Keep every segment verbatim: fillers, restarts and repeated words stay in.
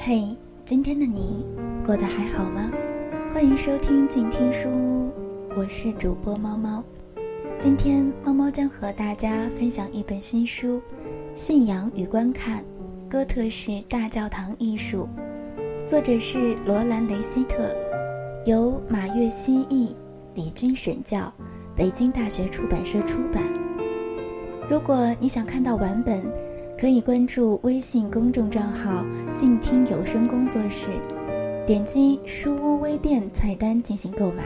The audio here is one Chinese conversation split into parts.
嘿，今天的你过得还好吗？欢迎收听静听书屋，我是主播猫猫。今天猫猫将和大家分享一本新书《信仰与观看：哥特式大教堂艺术》，作者是罗兰·雷希特，由马月希译，李军审校，北京大学出版社出版。如果你想看到完本，可以关注微信公众账号静听有声工作室，点击书屋微店菜单进行购买。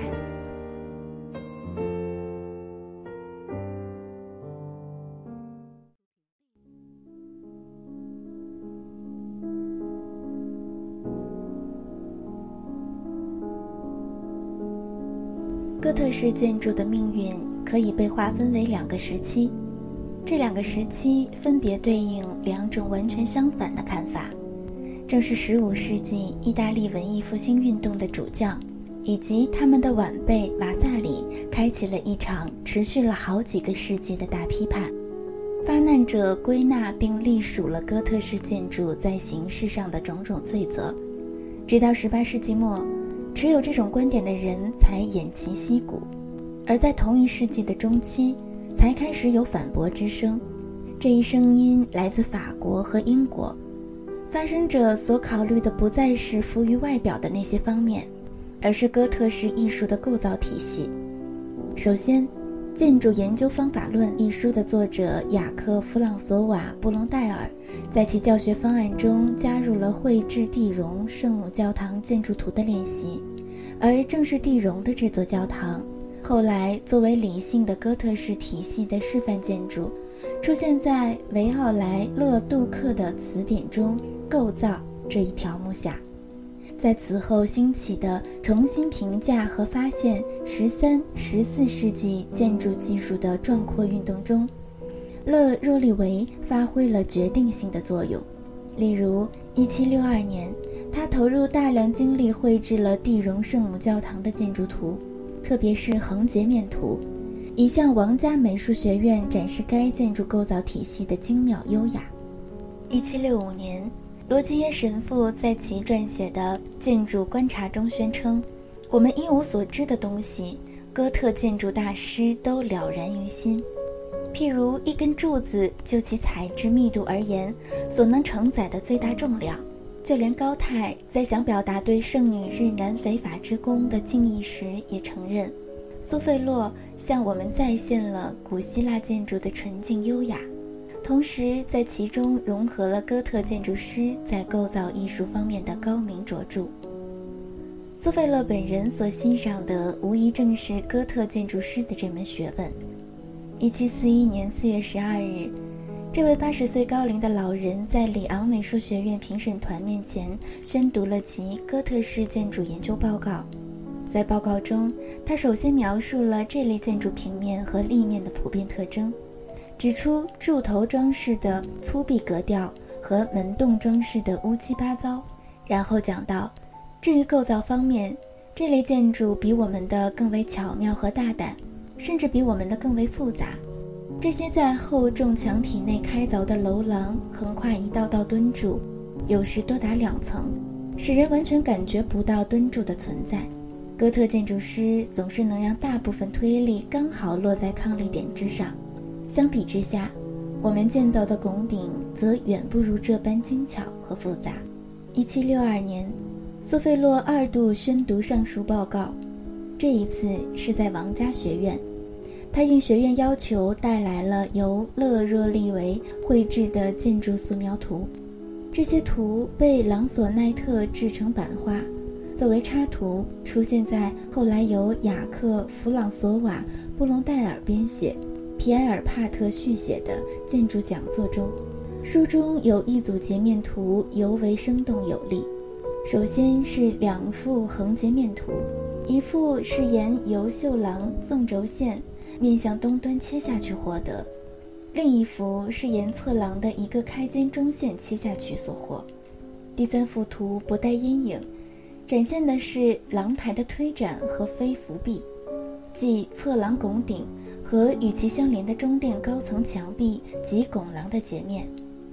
哥特式建筑的命运可以被划分为两个时期，这两个时期分别对应两种完全相反的看法，正是十五世纪意大利文艺复兴运动的主将以及他们的晚辈瓦萨里开启了一场持续了好几个世纪的大批判。发难者归纳并隶属了哥特式建筑在形式上的种种罪责，直到十八世纪末，持有这种观点的人才偃旗息鼓，而在同一世纪的中期才开始有反驳之声。这一声音来自法国和英国，发声者所考虑的不再是浮于外表的那些方面，而是哥特式艺术的构造体系。首先，《建筑研究方法论》一书的作者雅克·弗朗索瓦·布隆代尔在其教学方案中加入了绘制地荣圣母教堂建筑图的练习，而正是地荣的这座教堂后来作为理性的哥特式体系的示范建筑，出现在维奥莱勒杜克的词典中构造这一条目下。在此后兴起的重新评价和发现十三、十四世纪建筑技术的壮阔运动中，勒若利维发挥了决定性的作用。例如一七六二年，他投入大量精力绘制了地荣圣母教堂的建筑图，特别是横截面图，以向皇家美术学院展示该建筑构造体系的精妙优雅。一七六五年，罗基耶神父在其撰写的《建筑观察》中宣称，我们一无所知的东西，哥特建筑大师都了然于心。譬如一根柱子，就其材质密度而言，所能承载的最大重量，就连高泰在想表达对圣女日南非法之功的敬意时也承认，苏费洛向我们再现了古希腊建筑的纯净优雅，同时在其中融合了哥特建筑师在构造艺术方面的高明卓著。苏费勒本人所欣赏的无疑正是哥特建筑师的这门学问。一七四一年四月十二日，这位八十岁高龄的老人在里昂美术学院评审团面前宣读了其哥特式建筑研究报告。在报告中，他首先描述了这类建筑平面和立面的普遍特征，指出柱头装饰的粗鄙格调和门洞装饰的乌七八糟，然后讲到，至于构造方面，这类建筑比我们的更为巧妙和大胆，甚至比我们的更为复杂。这些在厚重墙体内开凿的楼廊横跨一道道墩柱，有时多达两层，使人完全感觉不到墩柱的存在。哥特建筑师总是能让大部分推力刚好落在抗力点之上，相比之下，我们建造的拱顶则远不如这般精巧和复杂。一七六二年，苏费洛二度宣读上述报告，这一次是在王家学院。他应学院要求带来了由勒若利维绘制的建筑素描图，这些图被朗索奈特制成版画，作为插图出现在后来由雅克·弗朗索瓦·布隆代尔编写、皮埃尔·帕特续写的建筑讲座中。书中有一组截面图尤为生动有力。首先是两幅横截面图，一幅是沿油绣廊纵轴线面向东端切下去获得，另一幅是沿侧廊的一个开间中线切下去所获。第三幅图不带阴影，展现的是廊台的推展和飞扶壁，即侧廊拱顶和与其相连的中殿高层墙壁及拱廊的截面。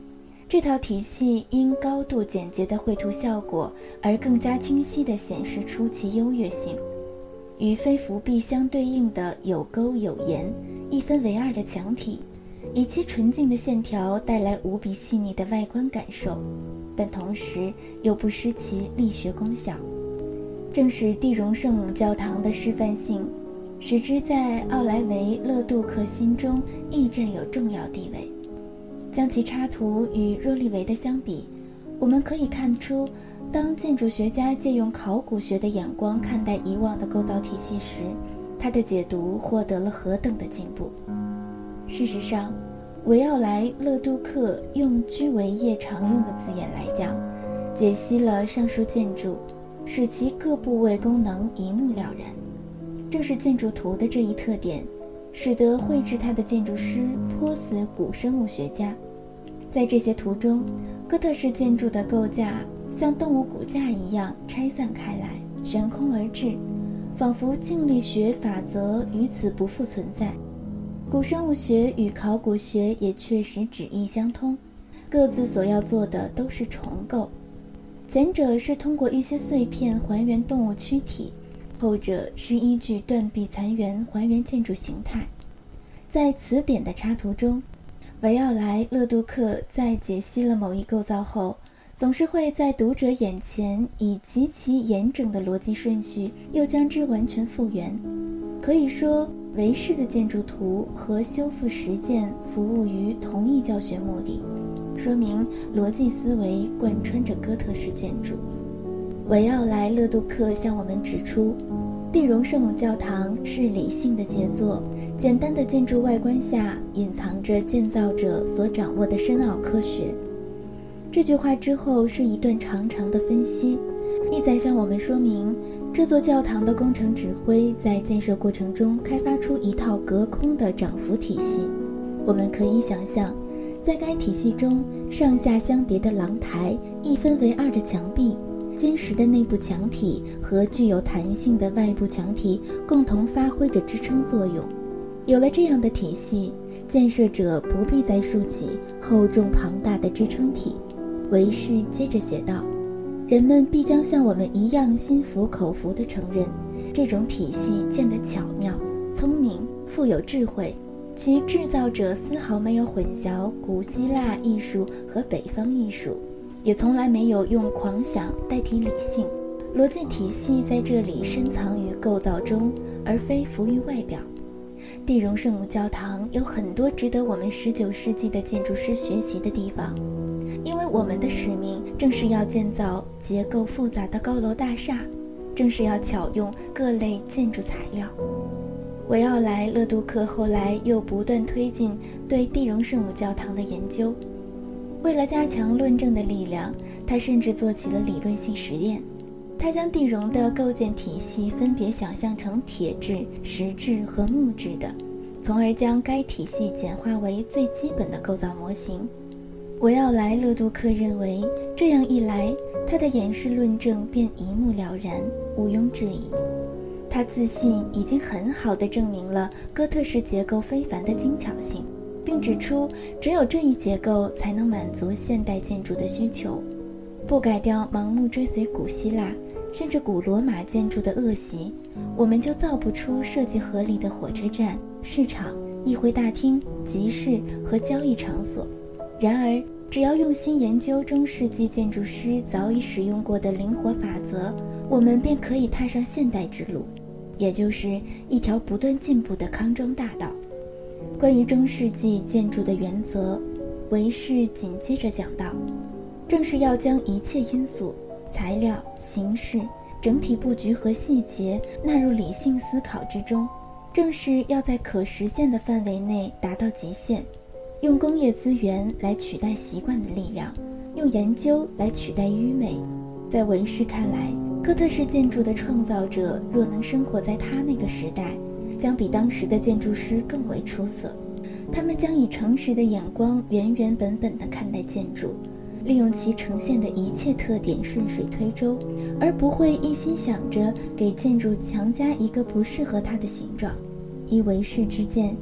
这套体系因高度简洁的绘图效果而更加清晰地显示出其优越性。与非浮壁相对应的有沟有檐、一分为二的墙体，以其纯净的线条带来无比细腻的外观感受，但同时又不失其力学功效。正是地荣圣母教堂的示范性，使之在奥莱维勒杜克心中亦占有重要地位。将其插图与若利维的相比，我们可以看出，当建筑学家借用考古学的眼光看待以往的构造体系时，他的解读获得了何等的进步。事实上，维奥莱勒杜克用居维叶常用的字眼来讲，解析了上述建筑，使其各部位功能一目了然。正是建筑图的这一特点，使得绘制它的建筑师颇似古生物学家。在这些图中，哥特式建筑的构架像动物骨架一样拆散开来，悬空而至，仿佛静力学法则与此不复存在。古生物学与考古学也确实旨意相通，各自所要做的都是重构。前者是通过一些碎片还原动物躯体，后者是依据断壁残垣还原建筑形态。在此点的插图中，维奥莱勒杜克在解析了某一构造后，总是会在读者眼前以极其严整的逻辑顺序又将之完全复原。可以说，维氏的建筑图和修复实践服务于同一教学目的，说明逻辑思维贯穿着哥特式建筑。维奥莱勒杜克向我们指出，地荣圣母教堂是理性的杰作，简单的建筑外观下隐藏着建造者所掌握的深奥科学。这句话之后是一段长长的分析，意在向我们说明这座教堂的工程指挥在建设过程中开发出一套隔空的掌扶体系。我们可以想象，在该体系中，上下相叠的廊台、一分为二的墙壁、坚实的内部墙体和具有弹性的外部墙体共同发挥着支撑作用。有了这样的体系，建设者不必再竖起厚重庞大的支撑体。维氏接着写道，人们必将像我们一样心服口服地承认，这种体系建得巧妙、聪明、富有智慧，其制造者丝毫没有混淆古希腊艺术和北方艺术，也从来没有用狂想代替理性。逻辑体系在这里深藏于构造中，而非浮于外表。地荣圣母教堂有很多值得我们十九世纪的建筑师学习的地方，因为我们的使命正是要建造结构复杂的高楼大厦，正是要巧用各类建筑材料。维奥莱勒杜克后来又不断推进对地荣圣母教堂的研究，为了加强论证的力量，他甚至做起了理论性实验。他将地荣的构建体系分别想象成铁质、石质和木质的，从而将该体系简化为最基本的构造模型。维奥莱勒杜克认为，这样一来，他的演示论证便一目了然，毋庸置疑。他自信已经很好地证明了哥特式结构非凡的精巧性，并指出只有这一结构才能满足现代建筑的需求。不改掉盲目追随古希腊甚至古罗马建筑的恶习，我们就造不出设计合理的火车站、市场、议会大厅、集市和交易场所。然而，只要用心研究中世纪建筑师早已使用过的灵活法则，我们便可以踏上现代之路，也就是一条不断进步的康庄大道。关于中世纪建筑的原则，维氏紧接着讲到，正是要将一切因素、材料、形式、整体布局和细节纳入理性思考之中，正是要在可实现的范围内达到极限，用工业资源来取代习惯的力量，用研究来取代愚昧。在维氏看来，哥特式建筑的创造者若能生活在他那个时代，将比当时的建筑师更为出色。他们将以诚实的眼光原原本本地看待建筑，利用其呈现的一切特点顺水推舟，而不会一心想着给建筑强加一个不适合它的形状。依维氏之见，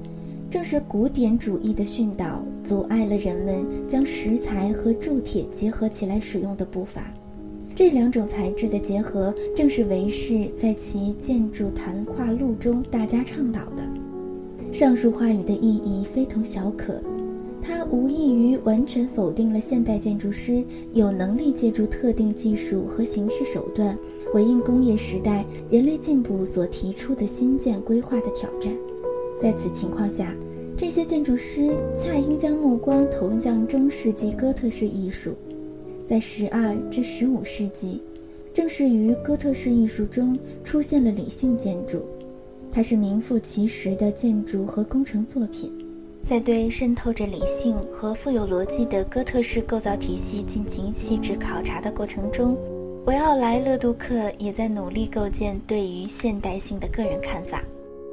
正是古典主义的训导阻碍了人们将石材和铸铁结合起来使用的步伐。这两种材质的结合，正是韦氏在其建筑谈话录中大加倡导的。上述话语的意义非同小可，它无异于完全否定了现代建筑师有能力借助特定技术和形式手段回应工业时代人类进步所提出的新建规划的挑战。在此情况下，这些建筑师恰应将目光投向中世纪哥特式艺术。在十二至十五世纪，正是于哥特式艺术中出现了理性建筑，它是名副其实的建筑和工程作品。在对渗透着理性和富有逻辑的哥特式构造体系进行细致考察的过程中，维奥莱勒杜克也在努力构建对于现代性的个人看法。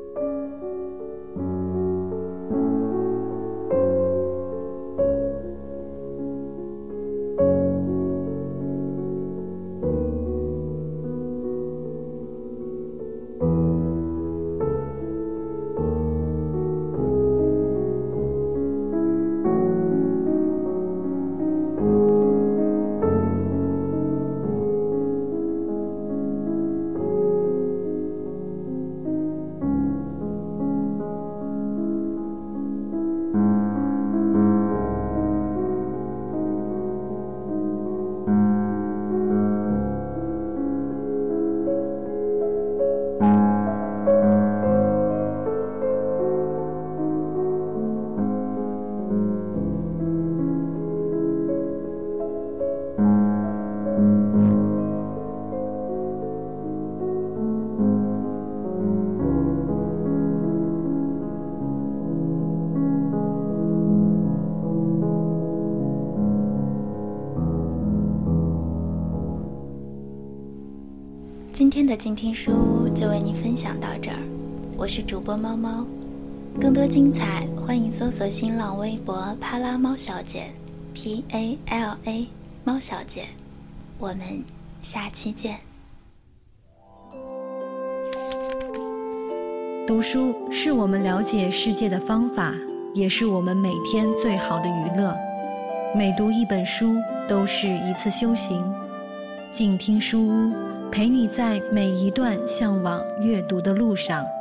今天的静听书屋就为您分享到这儿，我是主播猫猫，更多精彩欢迎搜索新浪微博帕拉猫小姐 P A L A 猫小姐，我们下期见。 读书是我们了解世界的方法，也是我们每天最好的娱乐。每读一本书都是一次修行。静听书屋，陪你在每一段向往阅读的路上。